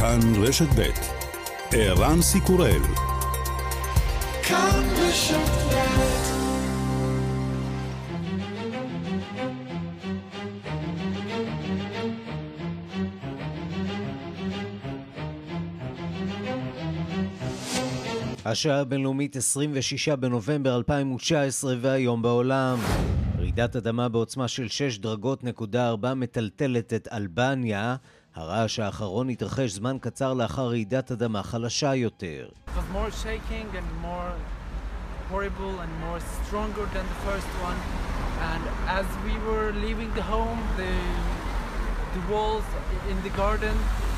כאן רשת ב' ערן סיקורל. כאן רשת ב'. השעה הבינלאומית 26 בנובמבר 2019 והיום בעולם. רעידת אדמה בעוצמה של 6.4 מטלטלת את אלבניה. הרעש האחרון התרחש זמן קצר לאחר רעידת אדמה חלשה יותר. It was more shaking and more horrible and more stronger than the first one. And as we were leaving the home, the walls in the garden,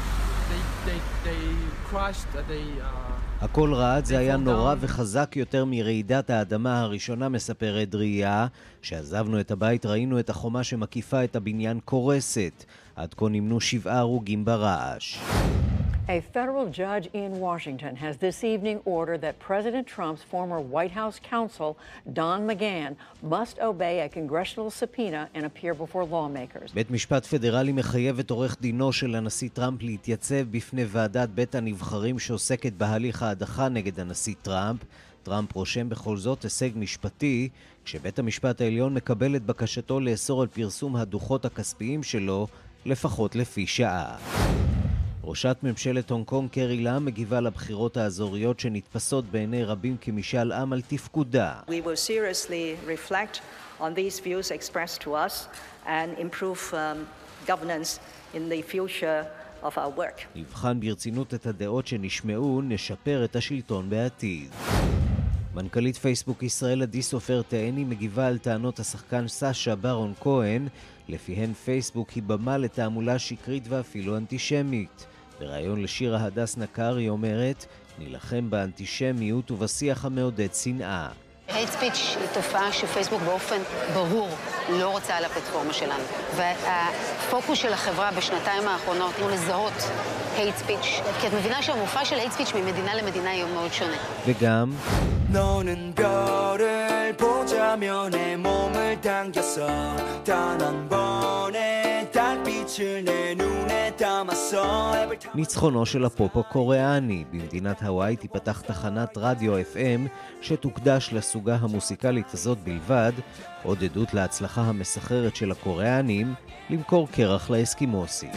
they crashed. הכל רעד, זה היה נורא וחזק יותר מרעידת האדמה הראשונה, מספרת דריה. שעזבנו את הבית ראינו את החומה שמקיפה את הבניין קורסת. עד כה נמנו 7 הרוגים ברעש. A federal judge in Washington has this evening ordered that President Trump's former White House counsel, Don McGahn, must obey a congressional subpoena and appear before lawmakers. בית משפט פדרלי מחייב את עורך דינו של הנשיא טראמפ להתייצב בפני ועדת בית הנבחרים שעוסקת בהליך ההדחה נגד הנשיא טראמפ. טראמפ רושם בכל זאת הישג משפטי, כשבית המשפט העליון מקבל את בקשתו לאסור על פרסום הדוחות הכספיים שלו, לפחות לפי שעה. ראשת ממשלת הונג קונג קרי לאם מגיבה לבחירות האזוריות שנתפסות בעיני רבים כמשאל עם על תפקודה. We will seriously reflect on these views expressed to us and improve governance in the future of our work. נבחן ברצינות את הדעות שנשמעו, נשפר את השלטון בעתיד. מנכ"לית פייסבוק ישראל עדי סופר תאני מגיבה על טענות השחקן סשה ברון כהן, לפיהן פייסבוק היא במה לתעמולה שקרית ואפילו אנטישמית. בראיון לשירה הדס נקר היא אומרת, נילחם באנטישמיות ובשיח המעודד שנאה. הייט ספיץ' היא תופעה שפייסבוק באופן ברור לא רוצה על הפלטפורמה שלנו. והפוקוס של החברה בשנתיים האחרונות הוא לזהות הייט ספיץ'. כי את מבינה שהמופע של הייט ספיץ' ממדינה למדינה יהיה מאוד שונה. וגם 너는 별을 보자며 내 몸을 당겼어 단 한 번의 달빛을 내 눈에 담았어. ניצחונו של הפופ הקוריאני. במדינת הוואי תיפתח תחנת רדיו FM שתוקדש לסוגה המוסיקלית הזאת בלבד, עוד עדות להצלחה המסחררת של הקוריאנים למכור קרח לאסקימוסים.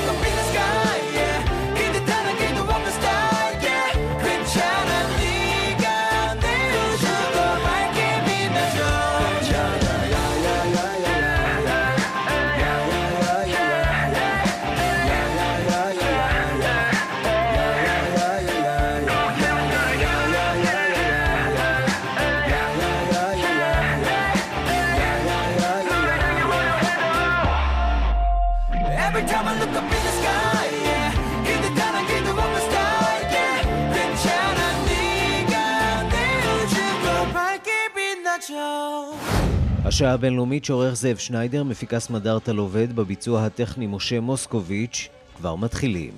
השעה הבינלאומית שעורך זאב שניידר, מפיקס מדארטה לובד, בביצוע הטכני משה מוסקוביץ'. כבר מתחילים.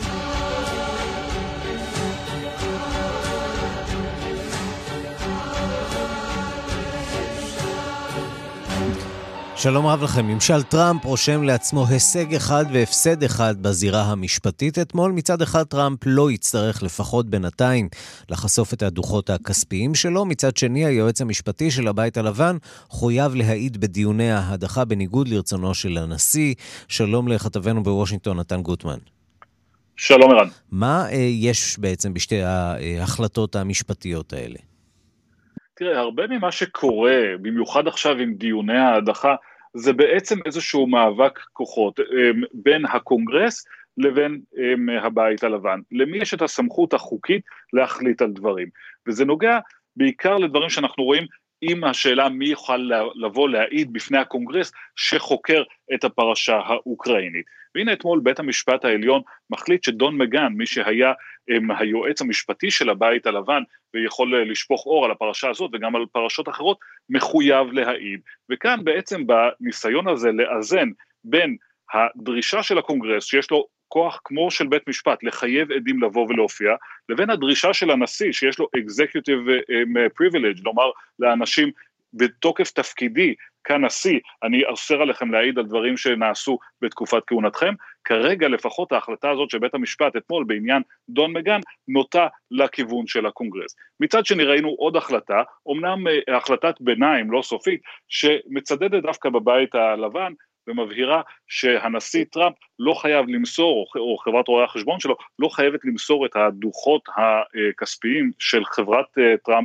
שלום רב לכם. ממשל טראמפ רושם לעצמו הישג אחד והפסד אחד בזירה המשפטית. אתמול מצד אחד טראמפ לא יצטרך לפחות בינתיים לחשוף את הדוחות הכספיים שלו. מצד שני היועץ המשפטי של הבית הלבן חויב להעיד בדיוני ההדחה בניגוד לרצונו של הנשיא. שלום לכתבנו בוושינגטון נתן גוטמן. שלום ערן. מה יש בעצם בשתי ההחלטות המשפטיות האלה? תראה, הרבה ממה שקורה, במיוחד עכשיו עם דיוני ההדחה, זה בעצם איזשהו מאבק כוחות בין הקונגרס לבין הבית הלבן. למי יש את הסמכות החוקית להחליט על דברים? וזה נוגע בעיקר לדברים שאנחנו רואים עם השאלה מי יוכל לבוא להעיד בפני הקונגרס שחוקר את הפרשה האוקראינית. והנה אתמול בית המשפט העליון מחליט שדון מגן, מי שהיה היועץ המשפטי של הבית הלבן, ויכול לשפוך אור על הפרשה הזאת וגם על פרשות אחרות, מחויב להעיד. וכאן בעצם בניסיון הזה לאזן בין הדרישה של הקונגרס, שיש לו כוח כמו של בית משפט, לחייב עדים לבוא ולהופיע, לבין הדרישה של הנשיא, שיש לו executive privilege, לומר לאנשים בתוקף תפקידי, כנשיא, אני אוסר עליכם להעיד על דברים שנעשו בתקופת כהונתכם, כרגע לפחות ההחלטה הזאת של בית המשפט אתמול בעניין דון מגן נוטה לכיוון של הקונגרס. מצד שני ראינו עוד החלטה, אמנם החלטת ביניים לא סופית, שמצדדת דווקא בבית הלבן, ומבהירה שהנשיא טראמפ לא חייב למסור, או חברת רואי החשבון שלו, לא חייבת למסור את הדוחות הכספיים של חברת טראמפ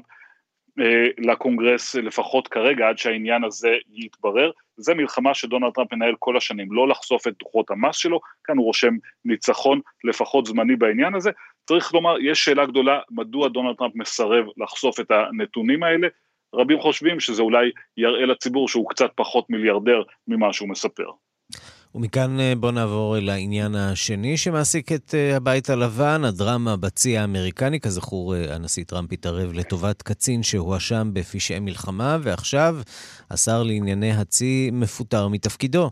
לקונגרס לפחות כרגע, עד שהעניין הזה יתברר. זה מלחמה שדונלד טראמפ מנהל כל השנים, לא לחשוף את דוחות המס שלו, כאן הוא רושם ניצחון לפחות זמני בעניין הזה. צריך לומר, יש שאלה גדולה, מדוע דונלד טראמפ מסרב לחשוף את הנתונים האלה, רבים חושבים שזה אולי יראה לציבור שהוא קצת פחות מיליארדר ממה שהוא מספר. ומכאן בוא נעבור לעניין השני שמעסיק את הבית הלבן, הדרמה בצי האמריקני. כזכור, הנשיא טראמפ התערב לטובת קצין שהואשם בפשעי מלחמה, ועכשיו השר לענייני הצי מפוטר מתפקידו.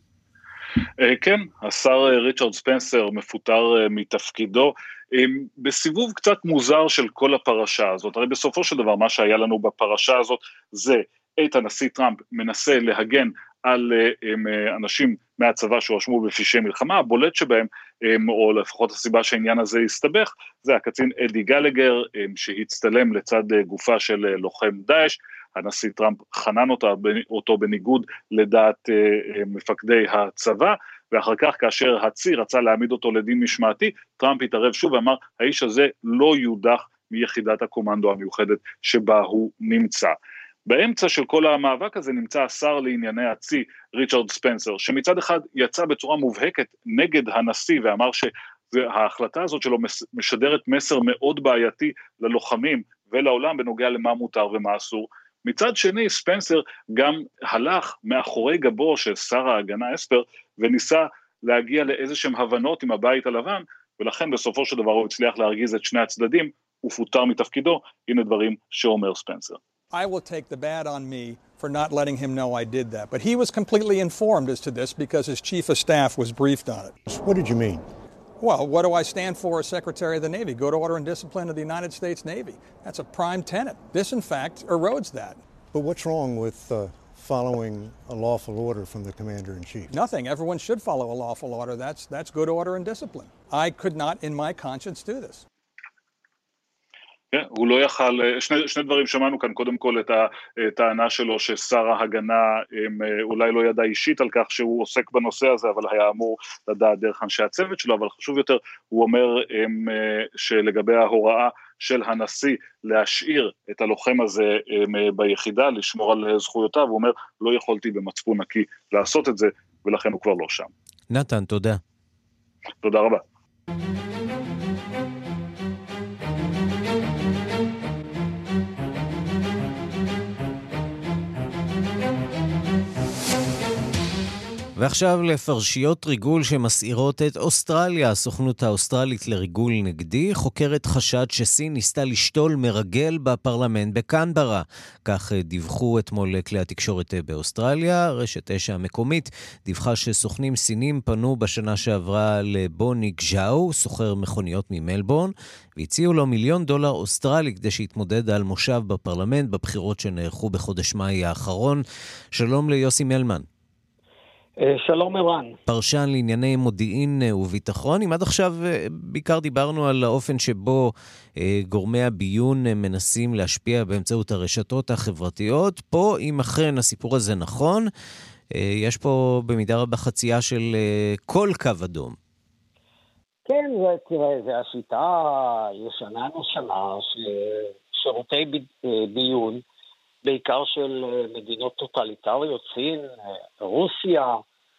כן, השר ריצ'רד ספנסר מפוטר מתפקידו, בסיבוב קצת מוזר של כל הפרשה הזאת. הרי בסופו של דבר מה שהיה לנו בפרשה הזאת זה את הנשיא טראמפ מנסה להגן על אנשים מהצבא שהואשמו בפשעי מלחמה, הבולט שבהם, או לפחות הסיבה שהעניין הזה הסתבך, זה הקצין אדי גלגר שהצטלם לצד גופה של לוחם דאעש. הנשיא טראמפ חנן אותו בניגוד לדעת מפקדי הצבא, ואחר כך כאשר הצי רצה להעמיד אותו לדין משמעתי, טראמפ התערב שוב ואמר, האיש הזה לא יודח מיחידת הקומנדו המיוחדת שבה הוא נמצא. באמצע של כל המאבק הזה נמצא השר לענייני הצי, ריצ'רד ספנסר, שמצד אחד יצא בצורה מובהקת נגד הנשיא, ואמר שההחלטה הזאת שלו משדרת מסר מאוד בעייתי ללוחמים ולעולם בנוגע למה מותר ומה אסור. מצד שני, ספנסר גם הלך מאחורי גבו של שר ההגנה אספר, וניסה להגיע לאיזשהם הבנות עם הבית הלבן, ולכן בסופו של דבר הוא הצליח להרגיז את שני הצדדים, ופוטר מתפקידו. הנה דברים שאומר ספנסר. I will take the bad on me for not letting him know I did that. But he was completely informed as to this because his chief of staff was briefed on it. What did you mean? Well, what do I stand for as Secretary of the Navy? Good order and discipline of the United States Navy. That's a prime tenet. This, in fact, erodes that. But what's wrong with following a lawful order from the Commander-in-Chief? Nothing. Everyone should follow a lawful order. That's good order and discipline. I could not, in my conscience, do this. כן, הוא לא יכל, שני דברים שמענו כאן, קודם כל את הטענה שלו ששר ההגנה אולי לא ידע אישית על כך שהוא עוסק בנושא הזה, אבל היה אמור לדעת דרך אנשי הצוות שלו, אבל חשוב יותר, הוא אומר שלגבי ההוראה של הנשיא להשאיר את הלוחם הזה ביחידה, לשמור על זכויותיו, הוא אומר, לא יכולתי במצפון נקי לעשות את זה, ולכן הוא כבר לא שם. נתן, תודה. תודה רבה. ועכשיו לפרשיות ריגול שמסעירות את אוסטרליה. הסוכנות האוסטרלית לריגול נגדי חוקרת חשד שסין ניסתה לשתול מרגל בפרלמנט בקנברה. כך דיווחו אתמול כלי התקשורת באוסטרליה. רשת 9 המקומית דיווחה שסוכנים סינים פנו בשנה שעברה לבוני גז'או, סוחר מכוניות ממלבורן, והציעו לו $1,000,000 אוסטרלי כדי שיתמודד על מושב בפרלמנט בבחירות שנערכו בחודש מאי האחרון. שלום ליוסי מלמן. שלום ערן. פרשן לענייני מודיעין וביטחון. אם עד עכשיו בעיקר דיברנו על האופן שבו גורמי הביון מנסים להשפיע באמצעות הרשתות החברתיות, פה אם אכן הסיפור הזה נכון, יש פה במידה רבה חצייה של כל קו אדום. כן, תראה, זה השיטה ישנה נושנה ששירותי ביון, בעיקר של מדינות טוטליטריות, סין, רוסיה,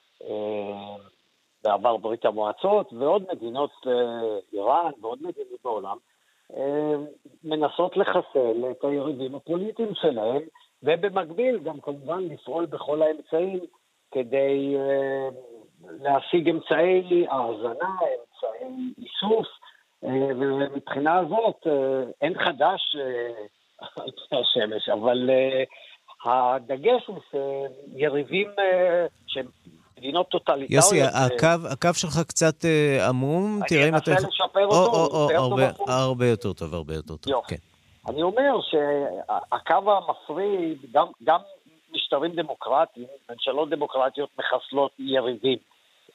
בעבר ברית המועצות, ועוד מדינות, איראן ועוד מדינות בעולם, מנסות לחסל את היריבים הפוליטיים שלהם, ובמקביל גם כמובן לפעול בכל האמצעים כדי להשיג אמצעי האזנה, אמצעי איסוף, ומבחינה הזאת אין חדש על פני השמש, אבל הדגש הוא שיריבים שמדינות טוטליטריות... יוסי, הקו שלך קצת עמום, תראה אם אתה... אני אנסה לשפר אותו, הרבה יותר טוב, הרבה יותר טוב. אני אומר שהקו המפריד, גם משטרים דמוקרטיים, ממשלות דמוקרטיות מחסלות יריבים.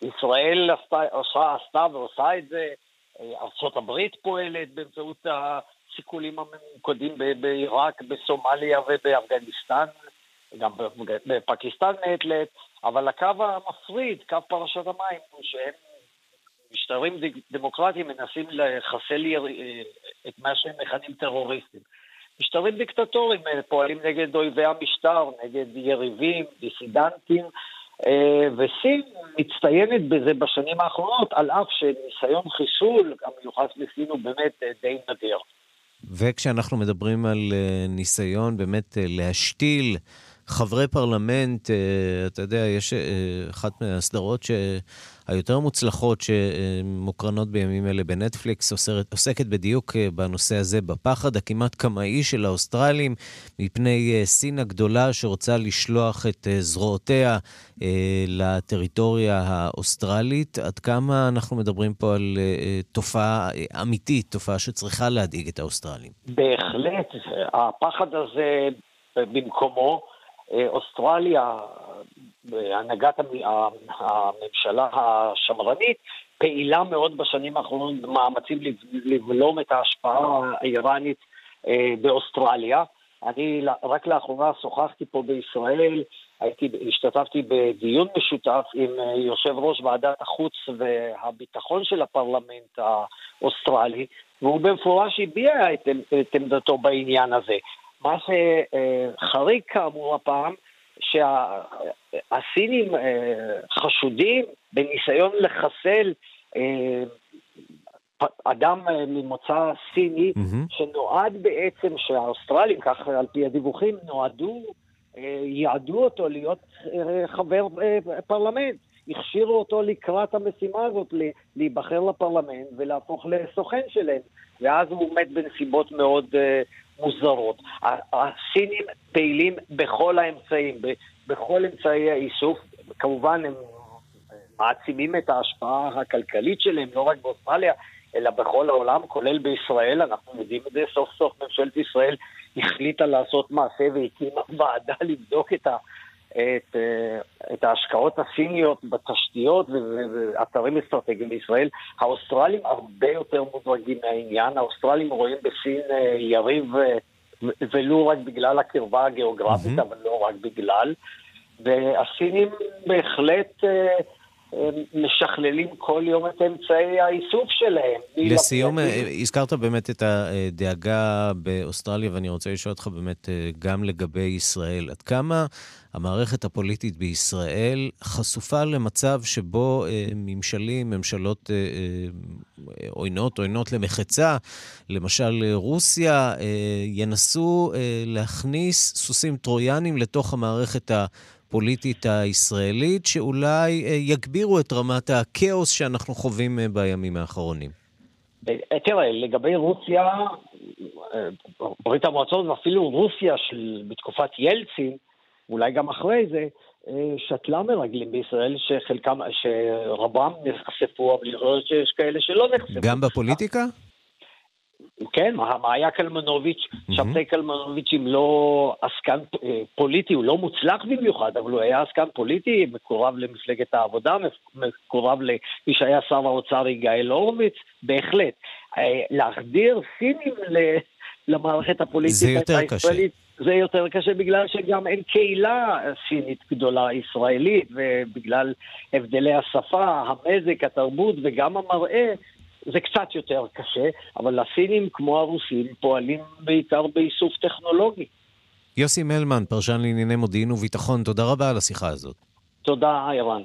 ישראל עשתה ועושה את זה, ארצות הברית פועלת באמצעות הסיכולים הממוקדים בעיראק, בסומליה ובאפגניסטן, גם בפקיסטן מעת לעת, אבל הקו המפריד, קו פרשת המים, הוא שהם משטרים דמוקרטיים מנסים לחסל את מה שהם מכנים טרוריסטים. משטרים דיקטטוריים פועלים נגד אויבי המשטר, נגד יריבים, דיסידנטים, וסין מצטיינת בזה בשנים האחרונות, על אף שניסיון חיסול המיוחס בסין הוא באמת די נדיר. וכשאנחנו מדברים על ניסיון באמת להשתיל חברי פרלמנט, אתה יודע, יש אחת מהסדרות היותר מוצלחות שמוקרנות בימים אלה בנטפליקס, עוסקת בדיוק בנושא הזה, בפחד הכמעט קמאי של האוסטרלים, מפני סין הגדולה שרוצה לשלוח את זרועותיה לטריטוריה האוסטרלית. עד כמה אנחנו מדברים פה על תופעה אמיתית, תופעה שצריכה להדאיג את האוסטרלים? בהחלט, הפחד הזה במקומו, אוסטרליה, בהנהגת הממשלה השמרנית, פעילה מאוד בשנים האחרונות במאמצים לבלום את ההשפעה האיראנית באוסטרליה. אני רק לאחרונה שוחחתי פה בישראל, השתתפתי בדיון משותף עם יושב ראש ועדת החוץ והביטחון של הפרלמנט האוסטרלי, והוא במפורש הביע את עמדתו בעניין הזה. מה שחריג כאמור הפעם, שהסינים חשודים בניסיון לחסל אדם ממוצא סיני, שנועד בעצם שהאוסטרלים, כך על פי הדיווחים, יעדו אותו להיות חבר פרלמנט. הכשירו אותו לקראת המשימה הזאת, להיבחר לפרלמנט ולהפוך לסוכן שלהם. ואז הוא מת בנסיבות מאוד מוזרות. הסינים פעילים בכל האמצעים, בכל אמצעי האיסוף. כמובן הם מעצימים את ההשפעה הכלכלית שלהם, לא רק באוסטרליה, אלא בכל העולם, כולל בישראל. אנחנו יודעים את זה, סוף סוף ממשלת ישראל החליטה לעשות מעשה והקימה ועדה לבדוק את ההשקעות הסיניות בתשתיות ואתרים אסטרטגיים בישראל. האוסטרלים הרבה יותר מודרגים מהעניין. האוסטרלים רואים בסין יריב, ולא רק בגלל הקרבה הגיאוגרפית, אבל לא רק בגלל. והסינים בהחלט משכללים כל יום את אמצעי האיסוף שלהם. לסיום, הזכרת באמת את הדאגה באוסטרליה, ואני רוצה לשאול אותך באמת גם לגבי ישראל. עד כמה המערכת הפוליטית בישראל חשופה למצב שבו ממשלות עוינות למחצה, למשל רוסיה, ינסו להכניס סוסים טרויאנים לתוך המערכת הפוליטית הישראלית, שאולי יגבירו את רמת הכאוס שאנחנו חווים בימים האחרונים? תראה, לגבי רוסיה, ברית המועצות ואפילו רוסיה בתקופת ילצין, אולי גם אחרי זה, שתלה מרגלים בישראל שרבם נחשפו, אבל יכול להיות שיש כאלה שלא נחשפו. גם בפוליטיקה? כן, מאיה קלמנוביץ', שבתאי קלמנוביץ' אם לא עסקן פוליטי, הוא לא מוצלח במיוחד, אבל הוא היה עסקן פוליטי, מקורב למפלגת העבודה, מקורב למי שהיה שר האוצר יגאל הורוביץ, בהחלט. להחדיר סינים למערכת הפוליטית הישראלית, זה יותר קשה בגלל שגם אין קהילה סינית גדולה ישראלית, ובגלל הבדלי השפה, המזג, התרבות וגם המראה, זה קצת יותר קשה, אבל הסינים כמו הרוסים פועלים בעיקר באיסוף טכנולוגי. יוסי מלמן, פרשן לענייני מודיעין וביטחון, תודה רבה על השיחה הזאת. תודה, אירן.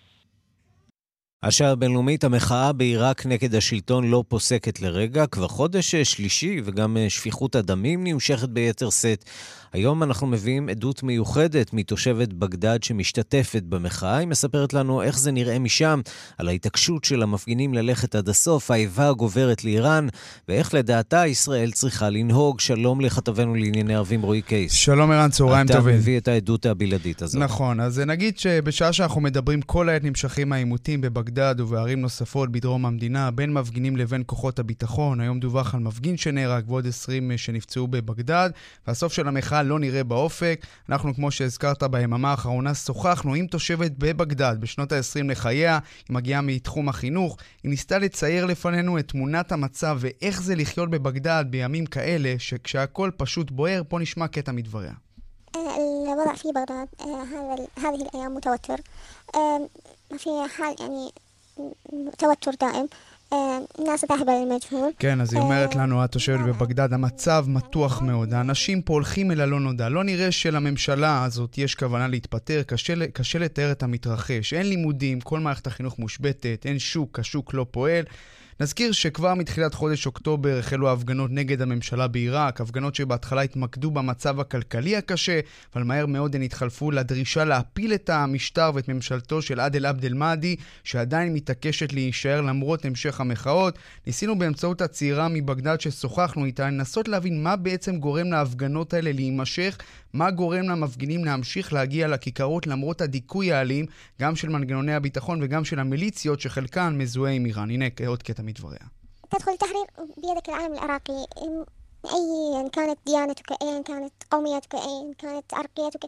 השעה הבינלאומית, המחאה בעיראק נגד השלטון לא פוסקת לרגע, כבר חודש שלישי וגם שפיכות הדמים נמשכת ביתר סט. היום אנחנו מביאים עדות מיוחדת מתושבת בגדד שמשתתפת במחאה. היא מספרת לנו איך זה נראה משם, על ההתעקשות של המפגינים ללכת עד הסוף, האיבה הגוברת לאיראן, ואיך לדעתה ישראל צריכה לנהוג. שלום לכתבנו לענייני ערבים רועי קייס. שלום ערן, צהריים טובים. אתה מביא את העדות הבלעדית הזאת. נכון, אז נגיד שבשעה שאנחנו מדברים כל העת נמשכים העימותים בבגדד, בבגדד ובערים נוספות בדרום המדינה, בין מפגינים לבין כוחות הביטחון. היום דווח על מפגין שנהרג ועוד 20 שנפצעו בבגדד, והסוף של המחאה לא נראה באופק. אנחנו, כמו שהזכרת, ביממה האחרונה שוחחנו עם תושבת בבגדד בשנות ה-20 לחייה. היא מגיעה מתחום החינוך. היא ניסתה לצייר לפנינו את תמונת המצב ואיך זה לחיות בבגדד בימים כאלה שכשהכל פשוט בוער. פה נשמע קטע מדבריה. الوضع في بغداد هذه الأيام متوتر ما في حال يعني توتر دائم الناس ذاهبة للمجهول. כן, אז היא אומרת לנו, התושבת בבגדד, המצב מתוח מאוד. האנשים פה הולכים אל הלא נודע. לא נראה שלממשלה הזאת יש כוונה להתפטר, קשה לתאר את המתרחש. אין לימודים, כל מערכת החינוך מושבתת, אין שוק, השוק לא פועל. נזכיר שכבר מתחילת חודש אוקטובר החלו ההפגנות נגד הממשלה בעיראק, הפגנות שבהתחלה התמקדו במצב הכלכלי הקשה, אבל מהר מאוד הן התחלפו לדרישה להפיל את המשטר ואת ממשלתו של עאדל עבד אל-מהדי, שעדיין מתעקשת להישאר למרות המשך המחאות. ניסינו באמצעות הצעירה מבגדד ששוחחנו איתה לנסות להבין מה בעצם גורם להפגנות האלה להימשך, מה גורם למפגינים להמשיך להגיע לכיכרות למרות הדיכוי האלים, גם של מנגנוני הביטחון וגם של המיליציות שחלקן מזוהה עם איראן. הנה עוד קטע מדבריה. تدخل تحرير بيدك العالم العراقي أي كانت ديانتك أي كانت قوميتك أي كانت عرقيتك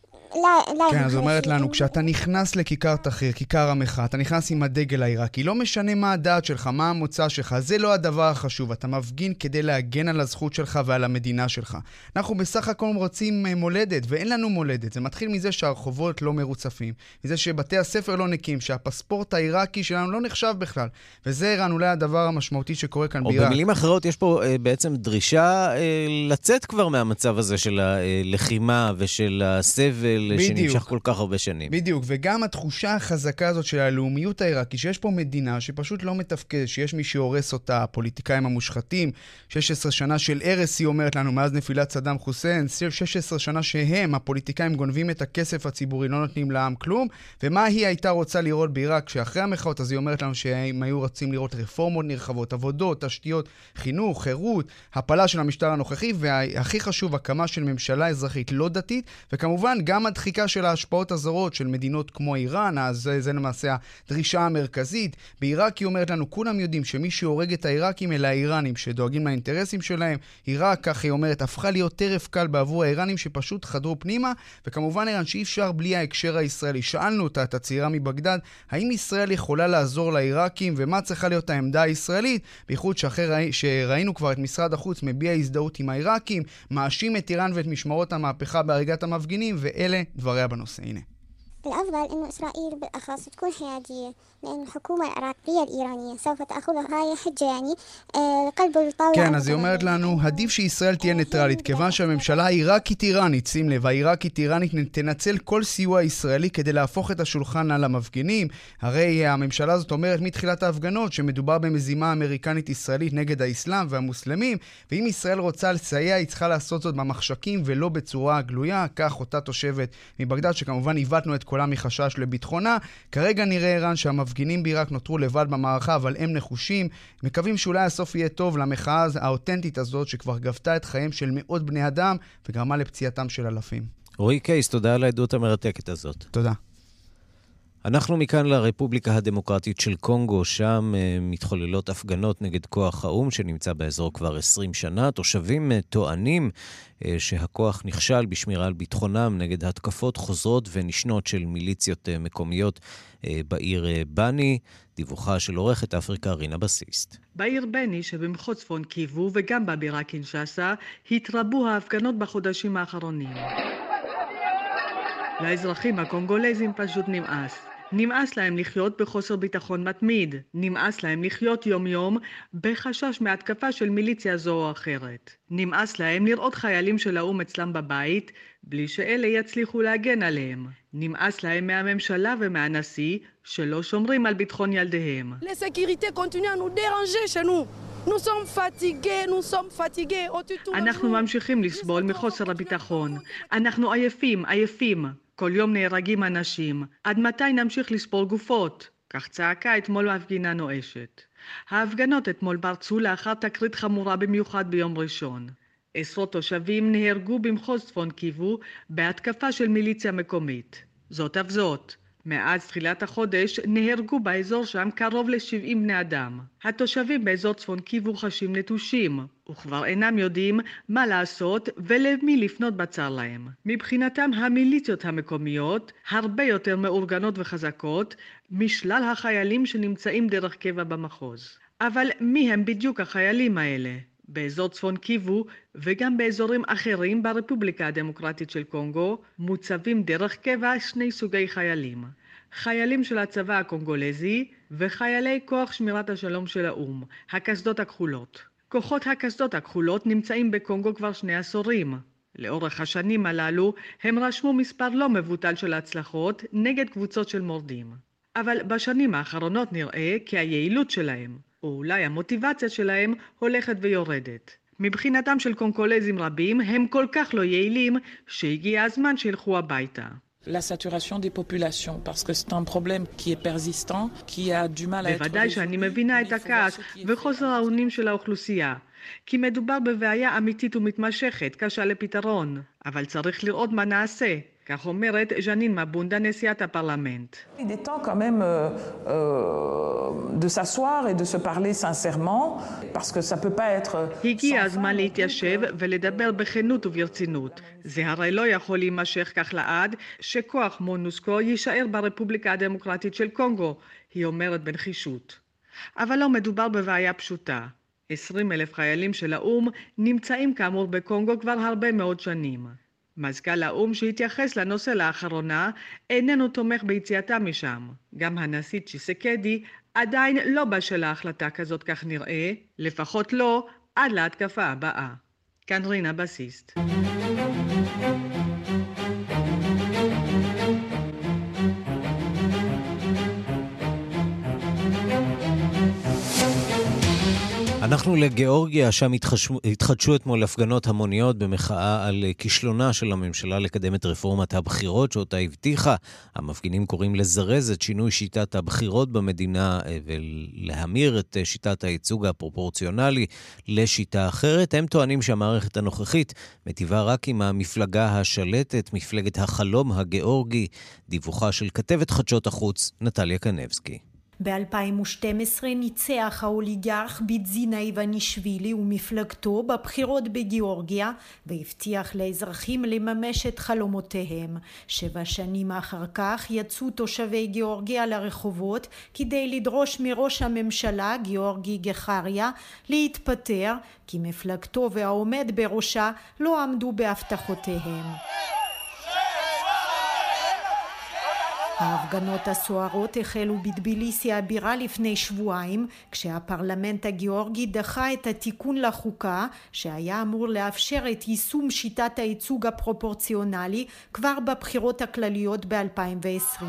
כן, אז אומרת לנו, כשאתה נכנס לכיכר תחריר, כיכר המחאה, אתה נכנס עם הדגל העיראקי, לא משנה מה הדעת שלך, מה המוצא שלך, זה לא הדבר החשוב. אתה מפגין כדי להגן על הזכות שלך ועל המדינה שלך. אנחנו בסך הכל רוצים מולדת, ואין לנו מולדת. זה מתחיל מזה שהרחובות לא מרוצפים, מזה שבתי הספר לא נקים, שהפספורט העיראקי שלנו לא נחשב בכלל. וזה איראן אולי הדבר המשמעותי שקורה כאן בעיראק. או במילים אחרות, יש פה בעצם דרישה לצאת כבר מהמצב הזה של הלחימה ושל הסבל שנמשך כל כך הרבה שנים. בדיוק, וגם התחושה החזקה הזאת של הלאומיות העיראקית, שיש פה מדינה שפשוט לא מתפקדת, שיש מי שהורס אותה, הפוליטיקאים המושחתים, 16 שנה של הרס, היא אומרת לנו, מאז נפילת סדאם חוסיין, 16 שנה שהם, הפוליטיקאים, גונבים את הכסף הציבורי, לא נותנים לעם כלום, ומה היא הייתה רוצה לראות בעיראק, שאחרי המחאות, אז היא אומרת לנו שהם היו רוצים לראות רפורמות נרחבות, עבודות, תשתיות, חינוך, חירות, הפלה של המשטר הנוכחי, והכי חשוב, הקמה של ממשלה אזרחית לא דתית, וכמובן גם הדחיקה של ההשפעות הזרות של מדינות כמו איראן, אז זה למעשה הדרישה המרכזית. בעיראק היא אומרת לנו, כולם יודעים שמי שהורג את העיראקים אלה האיראנים שדואגים לאינטרסים שלהם. עיראק, כך היא אומרת, הפכה להיות טרף קל בעבור האיראנים שפשוט חדרו פנימה, וכמובן איראן שאי אפשר בלי ההקשר הישראלי. שאלנו אותה, את הצעירה מבגדד, האם ישראל יכולה לעזור לעיראקים ומה צריכה להיות העמדה הישראלית, בייחוד שאחרי שראינו כבר את משרד החוץ מביע הזדהות עם העיראקים, מאשים את איראן ואת משמרות המהפכה בהריגת המפגינים, ואלה דבריה בנושא. הנה. الأفضل إنه إسرائيل بالأخص تكون حيادية لأن الحكومة العراقية الإيرانية سوف تأخذها هاي حجة يعني قلب الطاولة. כן, אז היא אומרת לנו, עדיף שישראל תהיה ניטרלית, כיוון שהממשלה העיראקית-איראנית, שים לב, העיראקית-איראנית תנצל כל סיוע ישראלי כדי להפוך את השולחן על המפגינים. הרי הממשלה הזאת אומרת מתחילת ההפגנות שמדובר במזימה אמריקנית-ישראלית נגד האסלאם והמוסלמים, ואם ישראל רוצה לסייע, היא צריכה לעשות זאת במחשכים ולא בצורה גלויה. כך אותה תושבת מבגדד, שכמובן היוותנו את קולה מחשש לביטחונה. כרגע נראה איראן שהמפגינים בעיראק נותרו לבד במערכה, אבל הם נחושים. מקווים שאולי הסוף יהיה טוב למחאה האותנטית הזאת, שכבר גבתה את חיים של מאות בני אדם, וגרמה לפציעתם של אלפים. רועי קייס, תודה על העדות המרתקת הזאת. תודה. אנחנו מכאן לרפובליקה הדמוקרטית של קונגו, שם מתחוללות הפגנות נגד כוח האום שנמצא באזור כבר 20 שנה. תושבים טוענים שהכוח נכשל בשמירה על ביטחונם נגד התקפות חוזרות ונשנות של מיליציות מקומיות בעיר בני. דיווחה של עורכת אפריקה רינה בסיסט. בעיר בני שבמחוז צפון קיבו וגם בבירה קינשאסה התרבו ההפגנות בחודשים האחרונים. לאזרחים הקונגולזים פשוט נמאס. נמאס להם לחיות בחוסר ביטחון מתמיד. נמאס להם לחיות יום-יום בחשש מהתקפה של מיליציה זו או אחרת. נמאס להם לראות חיילים של האום אצלם בבית, בלי שאלה יצליחו להגן עליהם. נמאס להם מהממשלה ומהנשיא שלא שומרים על ביטחון ילדיהם. אנחנו ממשיכים לסבול מחוסר הביטחון. אנחנו עייפים. כל יום נהרגים אנשים. עד מתי נמשיך לספור גופות? כך צעקה אתמול ההפגינה נואשת. ההפגנות אתמול פרצו לאחר תקרית חמורה במיוחד ביום ראשון. עשרות תושבים נהרגו במחוז צפון קיבו בהתקפה של מיליציה מקומית. זאת אף זאת, מאז תחילת החודש נהרגו באזור שם קרוב ל-70 בני אדם. התושבים באזור צפון קיבו חשים נטושים, וכבר אינם יודעים מה לעשות ולמי לפנות בצר להם. מבחינתם המיליציות המקומיות הרבה יותר מאורגנות וחזקות משלל החיילים שנמצאים דרך קבע במחוז. אבל מי הם בדיוק החיילים האלה? באזור צפון קיבו וגם באזורים אחרים ברפובליקה הדמוקרטית של קונגו מוצבים דרך קבע שני סוגי חיילים. חיילים של הצבא הקונגולזי וחיילי כוח שמירת השלום של האום, הקסדות הכחולות. כוחות הקסדות הכחולות נמצאים בקונגו כבר 2 עשורים. לאורך השנים הללו הם רשמו מספר לא מבוטל של הצלחות נגד קבוצות של מורדים. אבל בשנים האחרונות נראה כי היעילות שלהם, או אולי המוטיבציה שלהם, הולכת ויורדת. מבחינתם של קונגולזים רבים הם כל כך לא יעילים שהגיע הזמן שילכו הביתה. La saturation des populations, parce que c'est un problème qui est persistant, qui a du mal à être... בוודאי שאני מבינה את הכעס וחוסר האונים של האוכלוסייה, כי מדובר בבעיה אמיתית ומתמשכת, קשה לפתרון, אבל צריך לראות מה נעשה. כך אומרת ז'נין מבונדה, נשיאת הפרלמנט. Il est temps quand même de s'asseoir et de se parler sincèrement, parce que ça peut pas être... הגיע הזמן להתיישב ולדבר בכנות וברצינות. זה הרי לא יכול להימשך כך לעד, שכוח מונוסקו יישאר ברפובליקה הדמוקרטית של קונגו, היא אומרת בנחישות. אבל לא מדובר בבעיה פשוטה. 20,000 חיילים של האום נמצאים כאמור בקונגו כבר הרבה מאוד שנים. מזכ"ל האום שהתייחס לנושא לאחרונה איננו תומך ביציאתם משם. גם הנשיא צ'יסקדי עדיין לא בשל להחלטה כזאת, כך נראה, לפחות לא עד להתקפה הבאה. כאן רינה בסיסט. אנחנו לגיאורגיה, שם התחדשו אתמול הפגנות המוניות במחאה על כישלונה של הממשלה לקדם את רפורמת הבחירות שאותה הבטיחה. המפגינים קוראים לזרז את שינוי שיטת הבחירות במדינה ולהמיר את שיטת הייצוג הפרופורציונלי לשיטה אחרת. הם טוענים שהמערכת הנוכחית מטיבה רק עם המפלגה השלטת, מפלגת החלום הגיאורגי. דיווחה של כתבת חדשות החוץ נטליה קנבסקי. ב-2012 ניצח האוליגרך ביטזינה איוונישווילי ומפלגתו בבחירות בגיאורגיה והבטיח לאזרחים לממש את חלומותיהם. 7 שנים אחר כך יצאו תושבי גיאורגיה לרחובות כדי לדרוש מראש הממשלה גיאורגי גחריה להתפטר, כי מפלגתו והעומד בראשה לא עמדו בהבטחותיהם. ההפגנות הסוערות החלו בטביליסי הבירה לפני שבועיים, כשהפרלמנט הגיאורגי דחה את התיקון לחוקה שהיה אמור לאפשר את יישום שיטת הייצוג הפרופורציונלי כבר בבחירות הכלליות ב-2020.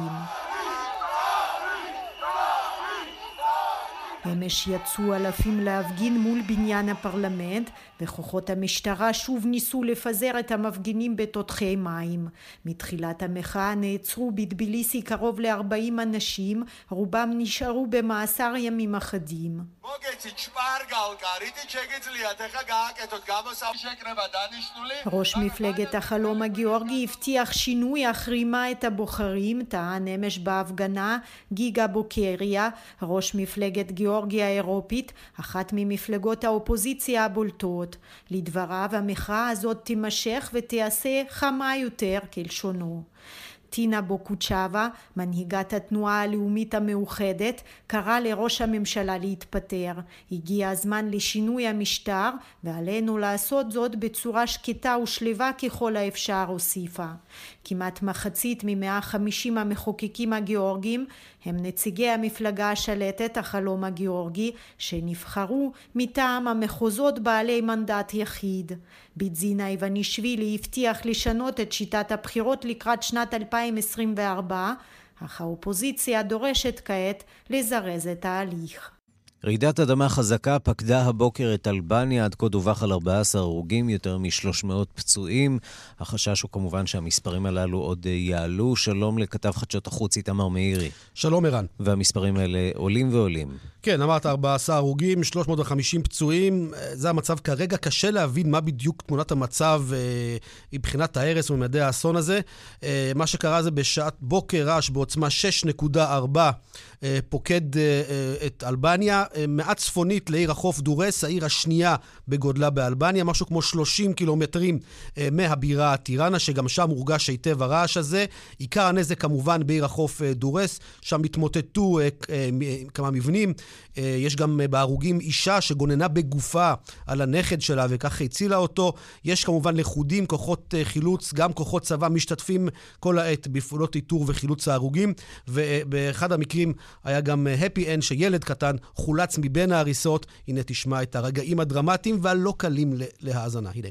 אמש יצאו אלפים להפגין מול בניין הפרלמנט, וכוחות המשטרה שוב ניסו לפזר את המפגינים בתותחי מים. מתחילת המחאה נעצרו בטביליסי קרוב ל-40 אנשים, רובם נשארו במאסר ימים אחדים. ראש מפלגת החלום הגיאורגי הבטיח שינוי אך רימה את הבוחרים, טען אמש בהפגנה גיגה בוקריה, ראש מפלגת גיאורגיה האירופית, אחת ממפלגות האופוזיציה הבולטות. לדבריו המחאה הזאת תימשך ותיעשה חמה יותר, כלשונו. טינה בוקוצ'אבה, מנהיגת התנועה הלאומית המאוחדת, קרא לראש הממשלה להתפטר. הגיע הזמן לשינוי המשטר, ועלינו לעשות זאת בצורה שקטה ושלווה ככל האפשר, הוסיפה. כמעט מחצית מ-150 המחוקקים הגיאורגים הם נציגי המפלגה השלטת החלום הגיאורגי, שנבחרו מטעם המחוזות בעלי מנדט יחיד. ביטזינה איוונישווילי הבטיח לשנות את שיטת הבחירות לקראת שנת 2024, אך האופוזיציה דורשת כעת לזרז את ההליך. רעידת אדמה חזקה פקדה הבוקר את אלבניה, עד כה דווח על 14 הרוגים, יותר מ-300 פצועים. החשש הוא כמובן שהמספרים הללו עוד יעלו. שלום לכתב חדשות החוץ איתמר מאירי. שלום ערן. והמספרים האלה עולים ועולים. כן, אמרת 14 הרוגים, 350 פצועים, זה המצב כרגע. קשה להבין מה בדיוק תמונת המצב מבחינת ההרס וממדי האסון הזה. מה שקרה זה בשעת בוקר רעש בעוצמה 6.4 פוקד את אלבניה, מעט צפונית לעיר החוף דורס, העיר השנייה בגודלה באלבניה, משהו כמו 30 קילומטרים מהבירה טיראנה, שגם שם הורגש היטב הרעש הזה. עיקר הנזק כמובן בעיר החוף דורס, שם התמוטטו כמה מבנים. יש גם בהרוגים אישה שגוננה בגופה על הנכד שלה וכך הצילה אותו. יש כמובן לחודים, כוחות חילוץ, גם כוחות צבא משתתפים כל העת בפעולות איתור וחילוץ ההרוגים, ובאחד המקרים היה גם happy end שילד קטן חולץ מבין ההריסות. הנה תשמע את הרגעים הדרמטיים והלא קלים להאזנה. הנה.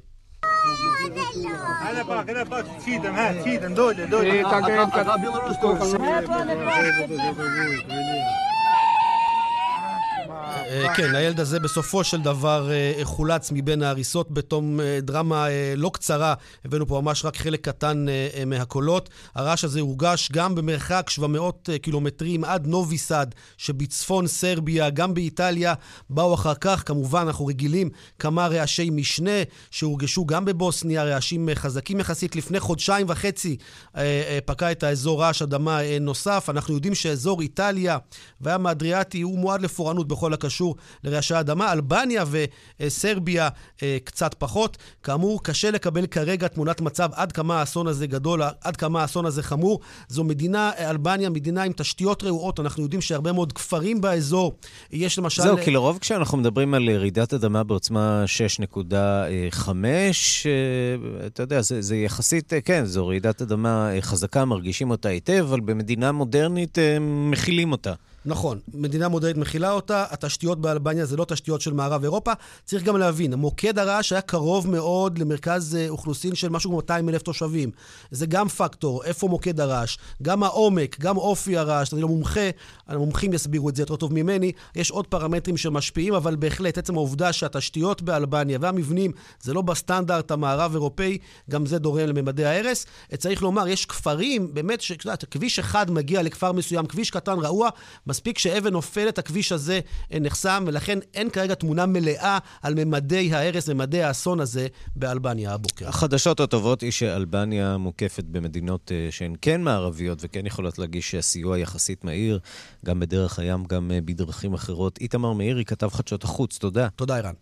כן, הילד הזה בסופו של דבר חולץ מבין ההריסות בתום דרמה לא קצרה. הבאנו פה ממש רק חלק קטן מהקולות. הרעש הזה הורגש גם במרחק 700 קילומטרים עד נובי סאד שבצפון סרביה, גם באיטליה. באו אחר כך, כמובן אנחנו רגילים, כמה רעשי משנה שהורגשו גם בבוסניה, רעשים חזקים יחסית. לפני חודשיים וחצי פקע את האזור רעש אדמה נוסף. אנחנו יודעים שאזור איטליה והים האדריאטי הוא מועד לפורענות בכל הקשור לרעשי האדמה. אלבניה וסרביה קצת פחות. כאמור, קשה לקבל כרגע תמונת מצב עד כמה האסון הזה גדול, עד כמה האסון הזה חמור. זו מדינה, אלבניה, מדינה עם תשתיות רעועות. אנחנו יודעים שהרבה מאוד כפרים באזור. יש למשל... זהו, כי לרוב כשאנחנו מדברים על רעידת אדמה בעוצמה 6.5, אתה יודע, זה יחסית, כן, זו רעידת אדמה חזקה, מרגישים אותה היטב, אבל במדינה מודרנית מכילים אותה. נכון, מדינה מודרנית מכילה אותה, התשתיות באלבניה זה לא תשתיות של מערב אירופה. צריך גם להבין, מוקד הרעש היה קרוב מאוד למרכז אוכלוסין של משהו כמו 200,000 תושבים. זה גם פקטור, איפה מוקד הרעש, גם העומק, גם אופי הרעש. אני לא מומחה, המומחים יסבירו את זה יותר טוב ממני. יש עוד פרמטרים שמשפיעים, אבל בהחלט עצם העובדה שהתשתיות באלבניה והמבנים זה לא בסטנדרט המערב אירופאי, גם זה דורם לממדי ההרס. צריך לומר, יש כפרים, באמת, כביש אחד מגיע לכפר מסוים, כביש קטן רעוע, מספיק שאבן נופלת, הכביש הזה נחסם, ולכן אין כרגע תמונה מלאה על ממדי ההרס, ממדי האסון הזה באלבניה הבוקר. החדשות הטובות היא שאלבניה מוקפת במדינות שהן כן מערביות, וכן יכולות להגיש סיוע יחסית מהיר, גם בדרך הים, גם בדרכים אחרות. איתמר מאירי, כתב חדשות החוץ. תודה. תודה, אירן.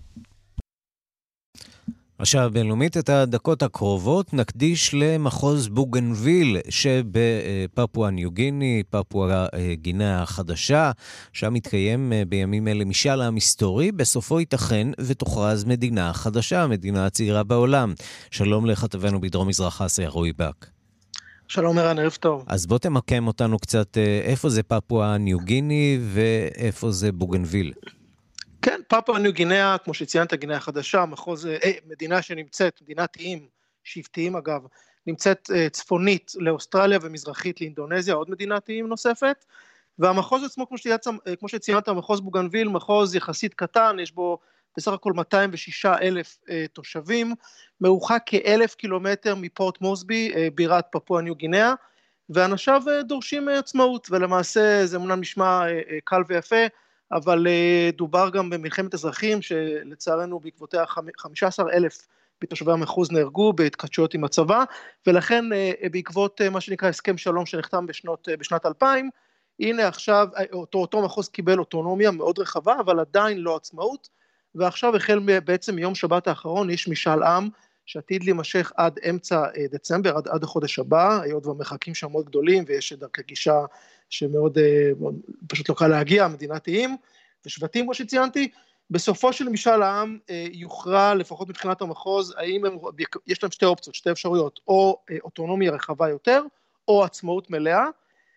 השעה הבינלאומית, את הדקות הקרובות נקדיש למחוז בוגנביל שבפפואה ניו גיני, פפואה גינאה החדשה, שם מתקיים בימים אלה משאל עם היסטורי, בסופו ייתכן ותוכרז מדינה חדשה, המדינה הצעירה בעולם. שלום לכתבנו בדרום מזרח אסיה, רועי בק. שלום ערן, ערב טוב. אז בוא תמקם אותנו קצת, איפה זה פפואה ניו גיני ואיפה זה בוגנביל? כן, פפואה ניו גינאה, כמו שציינת, גינאה החדשה, מדינה שנמצאת, מדינת איים, שבטיים אגב, נמצאת צפונית לאוסטרליה ומזרחית לאינדונזיה, עוד מדינת איים נוספת, והמחוז עצמו, כמו שציינת, מחוז בוגנביל, מחוז יחסית קטן, יש בו בסך הכל 206,000 תושבים, מרוחק כ1,000 קילומטר מפורט מורסבי, בירת פפואה ניו גינאה, ואנשיו דורשים עצמאות, ולמעשה זה אמנם נשמע קל ויפה, אבל דובר גם במלחמת אזרחים, שלצערנו בעקבותיה 15,000 בתושבי המחוז נהרגו בהתקשרויות עם הצבא, ולכן בעקבות מה שנקרא הסכם שלום שנחתם בשנת 2000, הנה עכשיו אותו מחוז קיבל אוטונומיה מאוד רחבה, אבל עדיין לא עצמאות, ועכשיו החל בעצם מיום שבת האחרון יש משאל עם, שעתיד להימשך עד אמצע דצמבר, עד החודש הבא, היות והמרחקים שם מאוד גדולים, ויש דרכי גישה שמאוד פשוט לא קל להגיע, מדינת איים ושבטים כמו שציינתי. בסופו של משאל העם יוכרע, לפחות מבחינת המחוז, האם יש להם שתי אופציות, שתי אפשרויות, או אוטונומיה רחבה יותר, או עצמאות מלאה,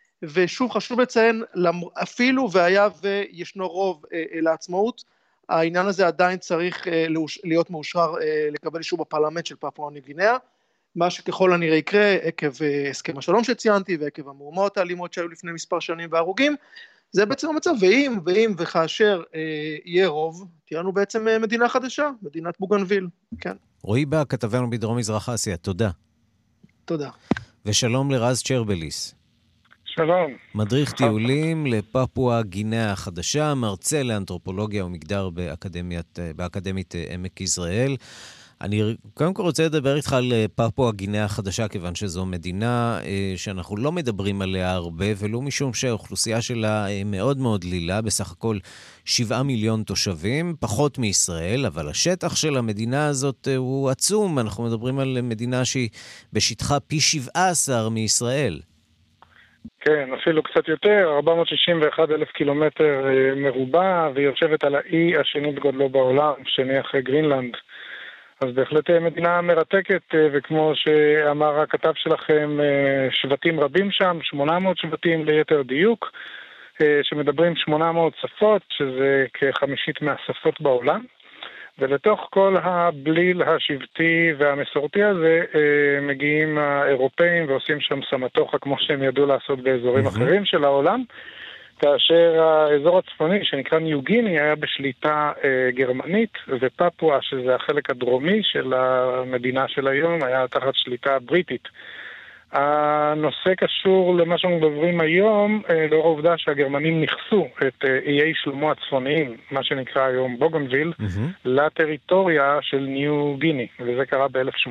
ושוב חשוב לציין, אפילו והיה וישנו רוב לעצמאות, העניין הזה עדיין צריך להיות מאושרר, לקבל אישור בפרלמנט של פפואה ניו גינאה, מה שככל הנראה יקרה עקב הסכם השלום שציינתי, ועקב המהומות האלימות שהיו לפני מספר שנים והרוגים, זה בעצם המצב, ואם וכאשר יהיה רוב, תהיה לנו בעצם מדינה חדשה, מדינת בוגנביל, כן. רועי בק, כתבנו בדרום מזרח אסיה, תודה. תודה. ושלום לרז צ'רבליס. שלום. מדריך טיולים לפפואה גינאה החדשה, מרצה לאנתרופולוגיה ומגדר באקדמית עמק יזרעאל. אני קודם כל רוצה לדבר איתך על פפואה גינאה החדשה, כיוון שזו מדינה שאנחנו לא מדברים עליה הרבה, ולא משום שהאוכלוסייה שלה מאוד מאוד דלילה, בסך הכל 7 מיליון תושבים, פחות מישראל, אבל השטח של המדינה הזאת הוא עצום. אנחנו מדברים על מדינה שהיא בשטחה פי 17 מישראל. כן, אפילו קצת יותר, 461,000 קילומטר מרובע, והיא יושבת על האי השני בגודלו בעולם, שני אחרי גרינלנד. אז בהחלט מדינה מרתקת, וכמו שאמר הכתב שלכם, שבטים רבים שם, 800 שבטים ליתר דיוק, שמדברים 800 שפות, שזה כ50 מהשפות בעולם. ולתוך כל הבליל השבטי והמסורתי הזה מגיעים האירופאים ועושים שם סמטוחה כמו שהם ידעו לעשות באזורים אחרים של העולם, כאשר האזור הצפוני שנקרא ניו גיני היה בשליטה גרמנית, ופפואה, שזה החלק הדרומי של המדינה של היום, היה תחת שליטה בריטית. הנושא קשור למה שאנחנו מדברים היום, לאור העובדה שהגרמנים נכסו את איי שלמה הצפוניים, מה שנקרא היום בוגנוויל, לטריטוריה של ניו גיני, וזה קרה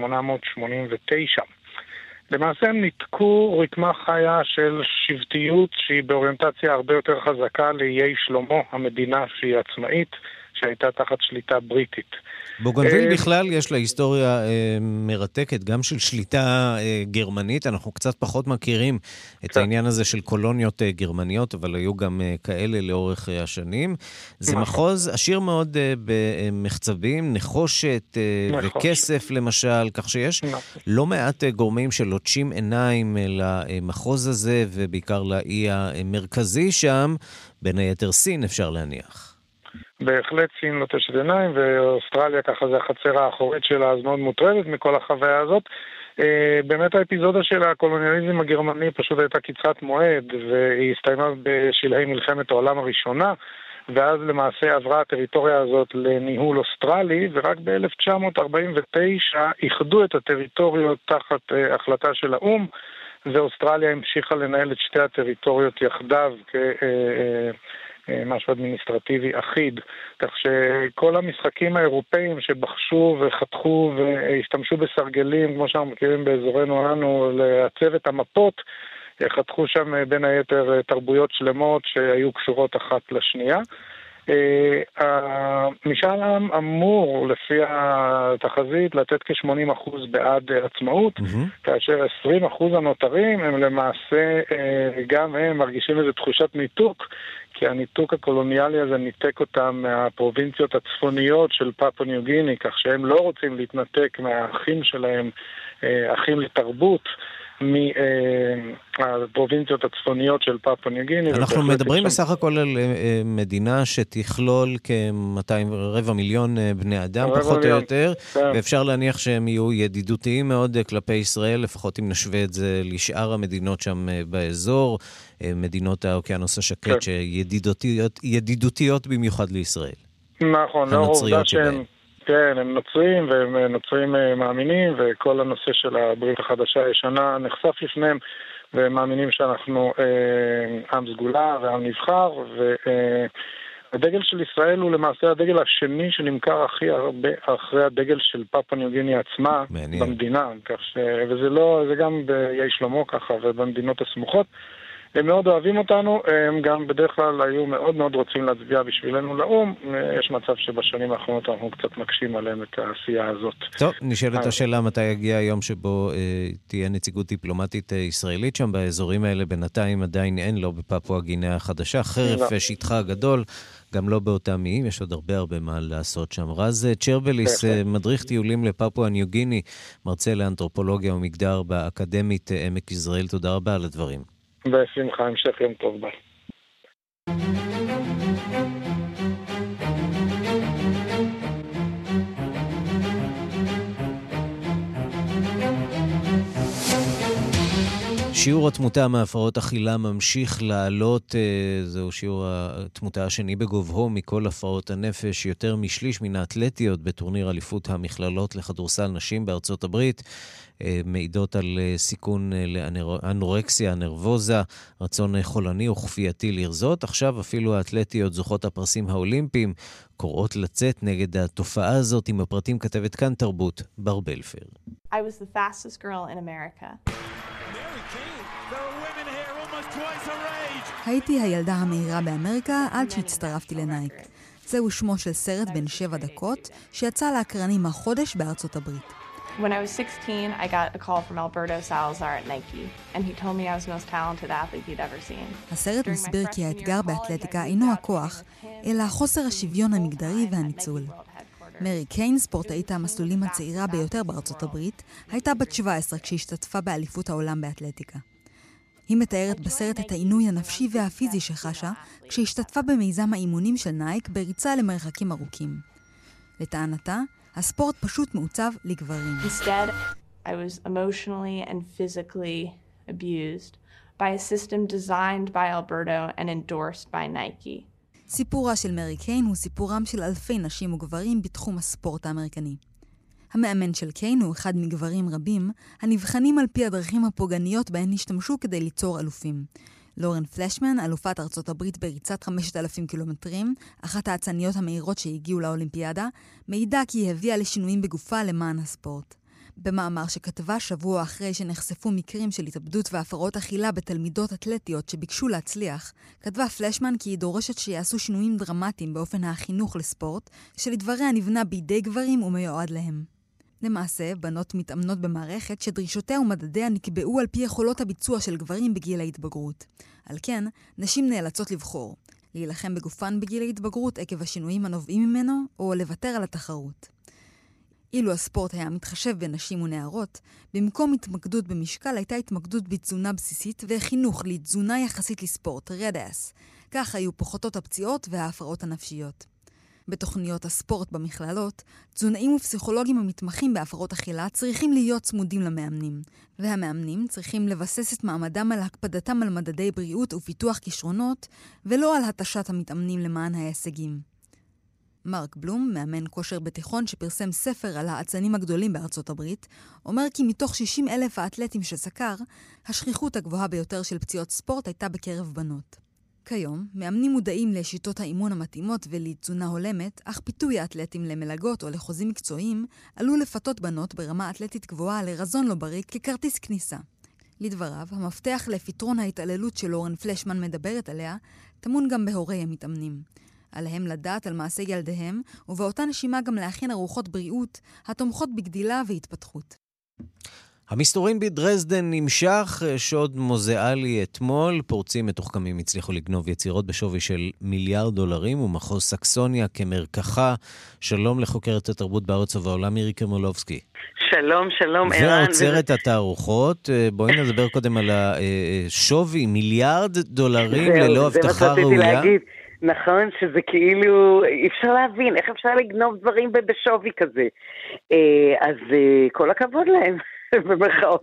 ב-1889. למעשה הם ניתקו רקמה חיה של שבטיות שהיא באוריינטציה הרבה יותר חזקה לאיי שלמה, המדינה שהיא עצמאית, שהייתה תחת שליטה בריטית. בוגנוויל בכלל יש לה היסטוריה מרתקת, גם של שליטה גרמנית. אנחנו קצת פחות מכירים את העניין הזה של קולוניות גרמניות, אבל היו גם כאלה לאורך השנים. זה מחוז עשיר מאוד במחצבים, נחושת וכסף למשל, כך שיש לא מעט גורמים שלוטשים עיניים למחוז הזה, ובעיקר לאי המרכזי שם, בין היתר סין אפשר להניח. בהחלט סין לוטשת עיניים, ואוסטרליה ככה זה החצר האחורית שלה, אז מאוד מוטרדת מכל החוויה הזאת. באמת האפיזודה של הקולוניאליזם הגרמני פשוט הייתה קצרת מועד, והיא הסתיימה בשלהי מלחמת העולם הראשונה, ואז למעשה עברה הטריטוריה הזאת לניהול אוסטרלי, ורק ב-1949 איחדו את הטריטוריות תחת החלטה של האום, ואוסטרליה המשיכה לנהל את שתי הטריטוריות יחדיו משהו אדמיניסטרטיבי אחיד, כך שכל המשחקים האירופאים שבחשו וחתכו והשתמשו בסרגלים, כמו שאנחנו מכירים באזורנו אנו, לעצב את המפות, חתכו שם בין היתר תרבויות שלמות שהיו קשורות אחת לשנייה. המשאל העם אמור לפי התחזית לתת כ-80% בעד עצמאות, כאשר 20% הנותרים הם למעשה גם הם מרגישים איזו תחושת ניתוק, כי הניתוק הקולוניאלי הזה ניתק אותם מהפרובינציות הצפוניות של פפואה ניו גיני, כך שהם לא רוצים להתנתק מהאחים שלהם, אחים לתרבות, מהפרובינציות הצפוניות של פפואה ניו גיני. אנחנו מדברים בסך הכל על מדינה שתכלול כ-200 מיליון בני אדם, פחות או יותר, ואפשר להניח שהם יהיו ידידותיים מאוד כלפי ישראל, לפחות אם נשווה את זה לשאר המדינות שם באזור, מדינות האוקיינוס השקט שידידותיות במיוחד לישראל. נכון, לא עובדה שהם... כן, הם נוצרים, והם נוצרים מאמינים, וכל הנושא של הברית החדשה הישנה נחשף לפניהם, והם מאמינים שאנחנו עם סגולה ועם נבחר, והדגל של ישראל הוא למעשה הדגל השני שנמכר הכי הרבה אחרי הדגל של פפואה ניו גיני עצמה במדינה, כך וזה לא, זה גם באיי שלמה ככה ובמדינות הסמוכות. הם מאוד אוהבים אותנו, הם גם בדרך כלל היו מאוד מאוד רוצים להצביע בשבילנו לאום. יש מצב שבשנים האחרונות אנחנו קצת מקשים עליהם את העשייה הזאת. טוב, נשאלת השאלה מתי יגיע היום שבו תהיה נציגות דיפלומטית ישראלית שם באזורים האלה. בינתיים עדיין אין לו בפפואה גינאה החדשה, חרף שטחה גדול, גם לא באותם איים, יש עוד הרבה מה לעשות שם. רז צ'רבליס, מדריך טיולים לפפואה ניו גיני, מרצה לאנתרופולוגיה ומגדר באקדמית עמק יזרעאל, תודה רבה על הדברים. בשמחה, המשך יום טוב, ביי. שיעור התמותה מהפרעות אכילה ממשיך לעלות, זהו שיעור התמותה השני בגובהו מכל הפרעות הנפש. יותר משליש מן האתלטיות בטורניר אליפות המכללות לכדורסל נשים בארצות הברית מעידות על סיכון לאנורקסיה, נרבוזה, רצון חולני או כפייתי לרזות. עכשיו אפילו האתלטיות זוכות הפרסים האולימפיים קוראות לצאת נגד התופעה הזאת. עם הפרטים כתבת כאן תרבות בר בלפר. I was the fastest girl in America. הייתי הילדה המהירה באמריקה עד שהצטרפתי לנייק. זהו שמו של סרט בן 7 דקות שיצא לאקרנים החודש בארצות הברית. When I was 16, I got a call from Alberto Salazar at Nike, and he told me I was the most talented athlete he'd ever seen. הסרט מסביר כי האתגר באתלטיקה אינו הכוח, אלא חוסר השוויון המגדרי והניצול. מרי קיין, ספורטאית המסלולים הצעירה ביותר בארצות הברית, הייתה בת 17 כשהשתתפה באליפות העולם באתלטיקה. היא מתארת בסרט את העינוי הנפשי והפיזי שחשה כשהשתתפה במיזם האימונים של נייק בריצה למרחקים ארוכים. לטענתה, הספורט פשוט מעוצב לגברים. Instead, I was emotionally and physically abused by a system designed by Alberto and endorsed by Nike. סיפורה של מרי קיין הוא סיפורם של אלפי נשים וגברים בתחום הספורט האמריקני. המאמן של קיין הוא אחד מגברים רבים הנבחנים על פי הדרכים הפוגעניות בהן השתמשו כדי ליצור אלופים. לורן פלשמן, אלופת ארצות הברית בריצת 5,000 קילומטרים, אחת האצניות המהירות שהגיעו לאולימפיאדה, מעידה כי היא הביאה לשינויים בגופה למען הספורט. במאמר שכתבה שבוע אחרי שנחשפו מקרים של התאבדות והפרעות אכילה בתלמידות אתלטיות שביקשו להצליח, כתבה פלשמן כי היא דורשת שיעשו שינויים דרמטיים באופן החינוך לספורט, שלדבריה נבנה בידי גברים ומיועד להם. למעשה, בנות מתאמנות במערכת שדרישותיה ומדדיה נקבעו על פי יכולות הביצוע של גברים בגיל ההתבגרות. על כן, נשים נאלצות לבחור, להילחם בגופן בגיל ההתבגרות עקב השינויים הנובעים ממנו, או לוותר על התחרות. אילו הספורט היה מתחשב בנשים ונערות, במקום התמקדות במשקל הייתה התמקדות בתזונה בסיסית וחינוך לתזונה יחסית לספורט, רדאס. כך היו פוחתות הפציעות וההפרעות הנפשיות. בתוכניות הספורט במכללות, תזונאים ופסיכולוגים המתמחים בהפרעות אכילה צריכים להיות צמודים למאמנים, והמאמנים צריכים לבסס את מעמדם על הקפדתם על מדדי בריאות ופיתוח כישרונות, ולא על התשת המתאמנים למען ההישגים. מרק בלום, מאמן כושר בתיכון שפרסם ספר על האצנים הגדולים בארצות הברית, אומר כי מתוך 60,000 האתלטים שסקר, השכיחות הגבוהה ביותר של פציעות ספורט הייתה בקרב בנות. כיום, מאמנים מודעים לשיטות האימון המתאימות ולתזונה הולמת, אך פיתוי האתלטים למלגות או לחוזים מקצועיים עלול לפתות בנות ברמה אתלטית גבוהה לרזון לא בריא ככרטיס כניסה. לדבריו, המפתח לפתרון ההתעללות שלורן פלשמן מדברת עליה, טמון גם בהורי המתאמנים. עליהם לדעת על מעשי ילדיהם, ובאותה נשימה גם להכין ארוחות בריאות, התומכות בגדילה והתפתחות. המסתורין בדרזדן נמשך, שוד מוזיאלי אתמול, פורצים מתוחכמים הצליחו לגנוב יצירות בשווי של $1 מיליארד, ומחוז סקסוניה כמרקחה. שלום לחוקרת התרבות בארץ ובעולם מירי קרמולובסקי. שלום, שלום ערן. ועוצרת התערוכות, בואי נדבר קודם על השווי, $1 מיליארד ללא הבטחה ראויה. להגיד. נכון, שזה כאילו, אפשר להבין, איך אפשר לגנוב דברים בשווי כזה. אז כל הכבוד להם. במרכאות,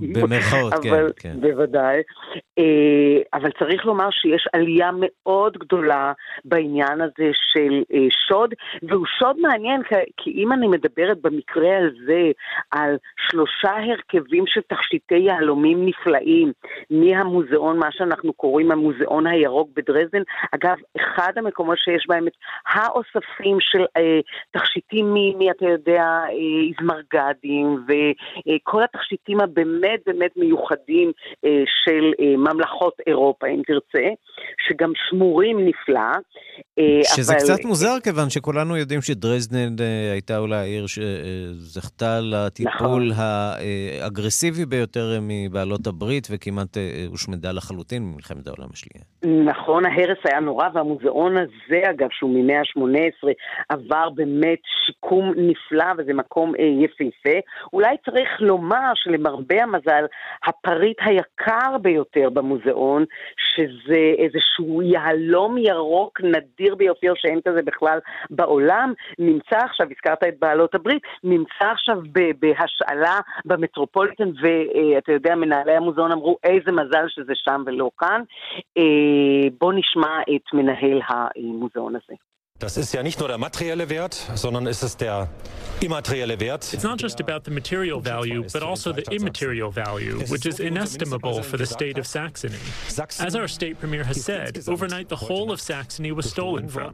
כן. בוודאי. אבל צריך לומר שיש עלייה מאוד גדולה בעניין הזה של שוד, והוא שוד מעניין, כי אם אני מדברת במקרה הזה על 3 הרכבים של תכשיטי יהלומים נפלאים, מהמוזיאון, מה שאנחנו קוראים המוזיאון הירוק בדרזדן, אגב, אחד המקומות שיש בהם את האוספים של תכשיטים אתה יודע, איזמרגדים כל התכשיטים הבאמת באמת מיוחדים של ממלכות אירופה, אם תרצה, שגם שמורים נפלא. שזה אבל... קצת מוזר, כיוון שכולנו יודעים שדרזדן הייתה אולי העיר שזכתה לטיפול האגרסיבי ביותר מבעלות הברית, וכמעט הושמדה לחלוטין ממלחמת העולם השנייה. נכון, ההרס היה נורא, והמוזיאון הזה, אגב, שהוא ממאה ה-18, עבר באמת שיקום נפלא, וזה מקום יפהפה. אולי צריך לומר לומר שלמרבה המזל, הפריט היקר ביותר במוזיאון, שזה איזשהו יהלום ירוק נדיר ביותר שאין כזה בכלל בעולם, נמצא עכשיו, הזכרת את בעלות הברית, נמצא עכשיו בהשאלה במטרופוליטן, ואתה יודע, מנהלי המוזיאון אמרו איזה מזל שזה שם ולא כאן. בוא נשמע את מנהל המוזיאון הזה. Das ist ja nicht nur der materielle Wert, sondern es ist der immaterielle Wert. It's not just about the material value, but also the immaterial value, which is inestimable for the state of Saxony. As our state premier has said, overnight the whole of Saxony was stolen from.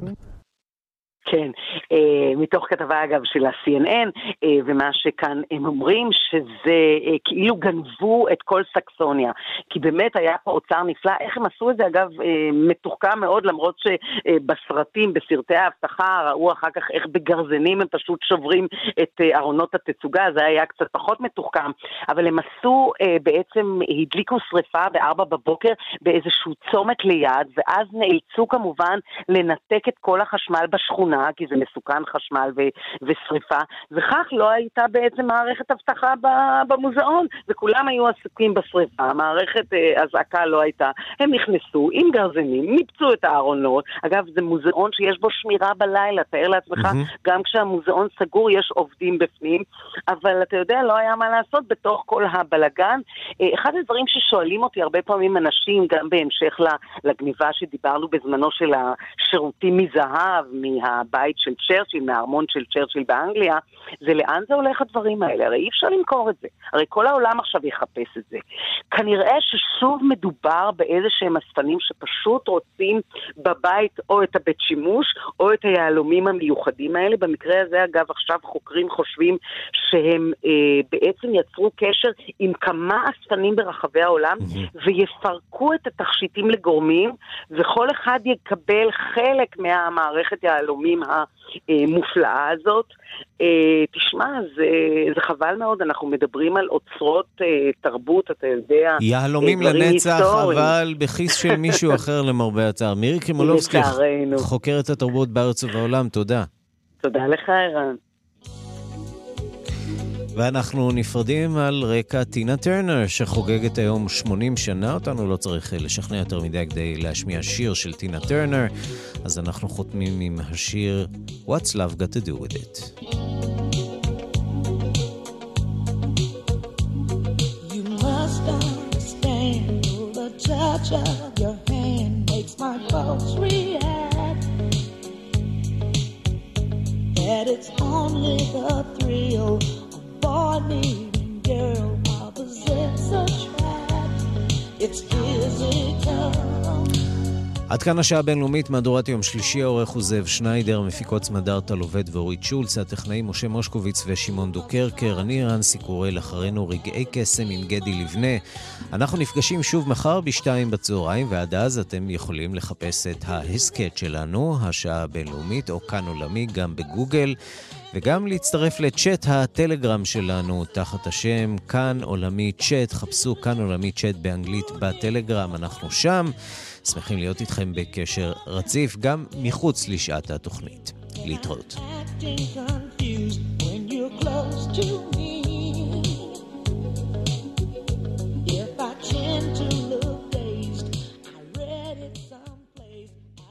כן, מתוך כתבה אגב של ה-CNN, ומה שכאן הם אומרים שזה כאילו גנבו את כל סקסוניה, כי באמת היה פה אוצר נפלא. איך הם עשו את זה אגב מתוחכם מאוד, למרות שבסרטים, בסרטי ההבטחה, ראו אחר כך איך בגרזנים הם פשוט שוברים את ארונות התצוגה, זה היה קצת פחות מתוחכם, אבל הם עשו בעצם, הדליקו שריפה ב-4 בבוקר באיזשהו צומת ליד, ואז נאלצו כמובן לנתק את כל החשמל בשכונה, כי זה מסוכן חשמל ושריפה, וכך לא הייתה בעצם מערכת הבטחה במוזיאון, וכולם היו עסוקים בשריפה, המערכת הזעקה לא הייתה, הם נכנסו עם גרזנים, ניפצו את הארונות, אגב זה מוזיאון שיש בו שמירה בלילה, תאר לעצמך, גם כשהמוזיאון סגור יש עובדים בפנים, אבל אתה יודע, לא היה מה לעשות בתוך כל הבלגן. אחד הדברים ששואלים אותי הרבה פעמים אנשים, גם בהמשך לגניבה שדיברנו בזמנו של השירותים מזהב, מהבית של צ'רצ'יל, מהארמון של צ'רצ'יל באנגליה, זה לאן זה הולך הדברים האלה? הרי אי אפשר למכור את זה. הרי כל העולם עכשיו יחפש את זה. כנראה ששוב מדובר באיזה שהם אספנים שפשוט רוצים בבית או את הבית שימוש, או את היהלומים המיוחדים האלה. במקרה הזה, אגב, עכשיו חוקרים חושבים שהם בעצם יצרו קשר עם כמה אספנים ברחבי העולם, ויפרקו את התכשיטים לגורמים, וכל אחד יקבל חלק מהמערכת יהלומים המופלאה הזאת. תשמע, זה חבל מאוד, אנחנו מדברים על אוצרות תרבות, אתה יודע, יהלומים לנצח, אבל בכיס של מישהו אחר למרבה הצער. מירי קרימולובסקי, חוקרת התרבות בארץ ובעולם, תודה. תודה לך, ערן. ואנחנו נפרדים על רקע טינה טרנר שחוגגת היום 80 שנה. אותנו לא צריך לשכנע יותר מדי כדי להשמיע שיר של טינה טרנר, אז אנחנו חותמים עם השיר What's Love Got to Do With It. You must understand the touch of your hand makes my pulse react, that it's only the thrill boy needing girl opposites attract. It's physical. עד כאן השעה הבינלאומית, מהדורת יום שלישי, העורך הוא זאב שניידר, המפיקות סמדארטה לובד ואורית שולץ, הטכנאים משה מושקוביץ ושמעון דוקרקר, אני ערן סיקורל, אחרינו רגעי קסם עם גדי לבנה. אנחנו נפגשים שוב מחר ב2 בצהריים, ועד אז אתם יכולים לחפש את ההסקט שלנו, השעה הבינלאומית, או כאן עולמי, גם בגוגל, וגם להצטרף לצ'אט הטלגרם שלנו תחת השם כאן עולמי צ'אט. חפשו כאן עולמי צ'אט באנגלית בטלגרם, אנחנו שם. שמחים להיות איתכם בקשר רציף גם מחוץ לשעת התוכנית. להתראות.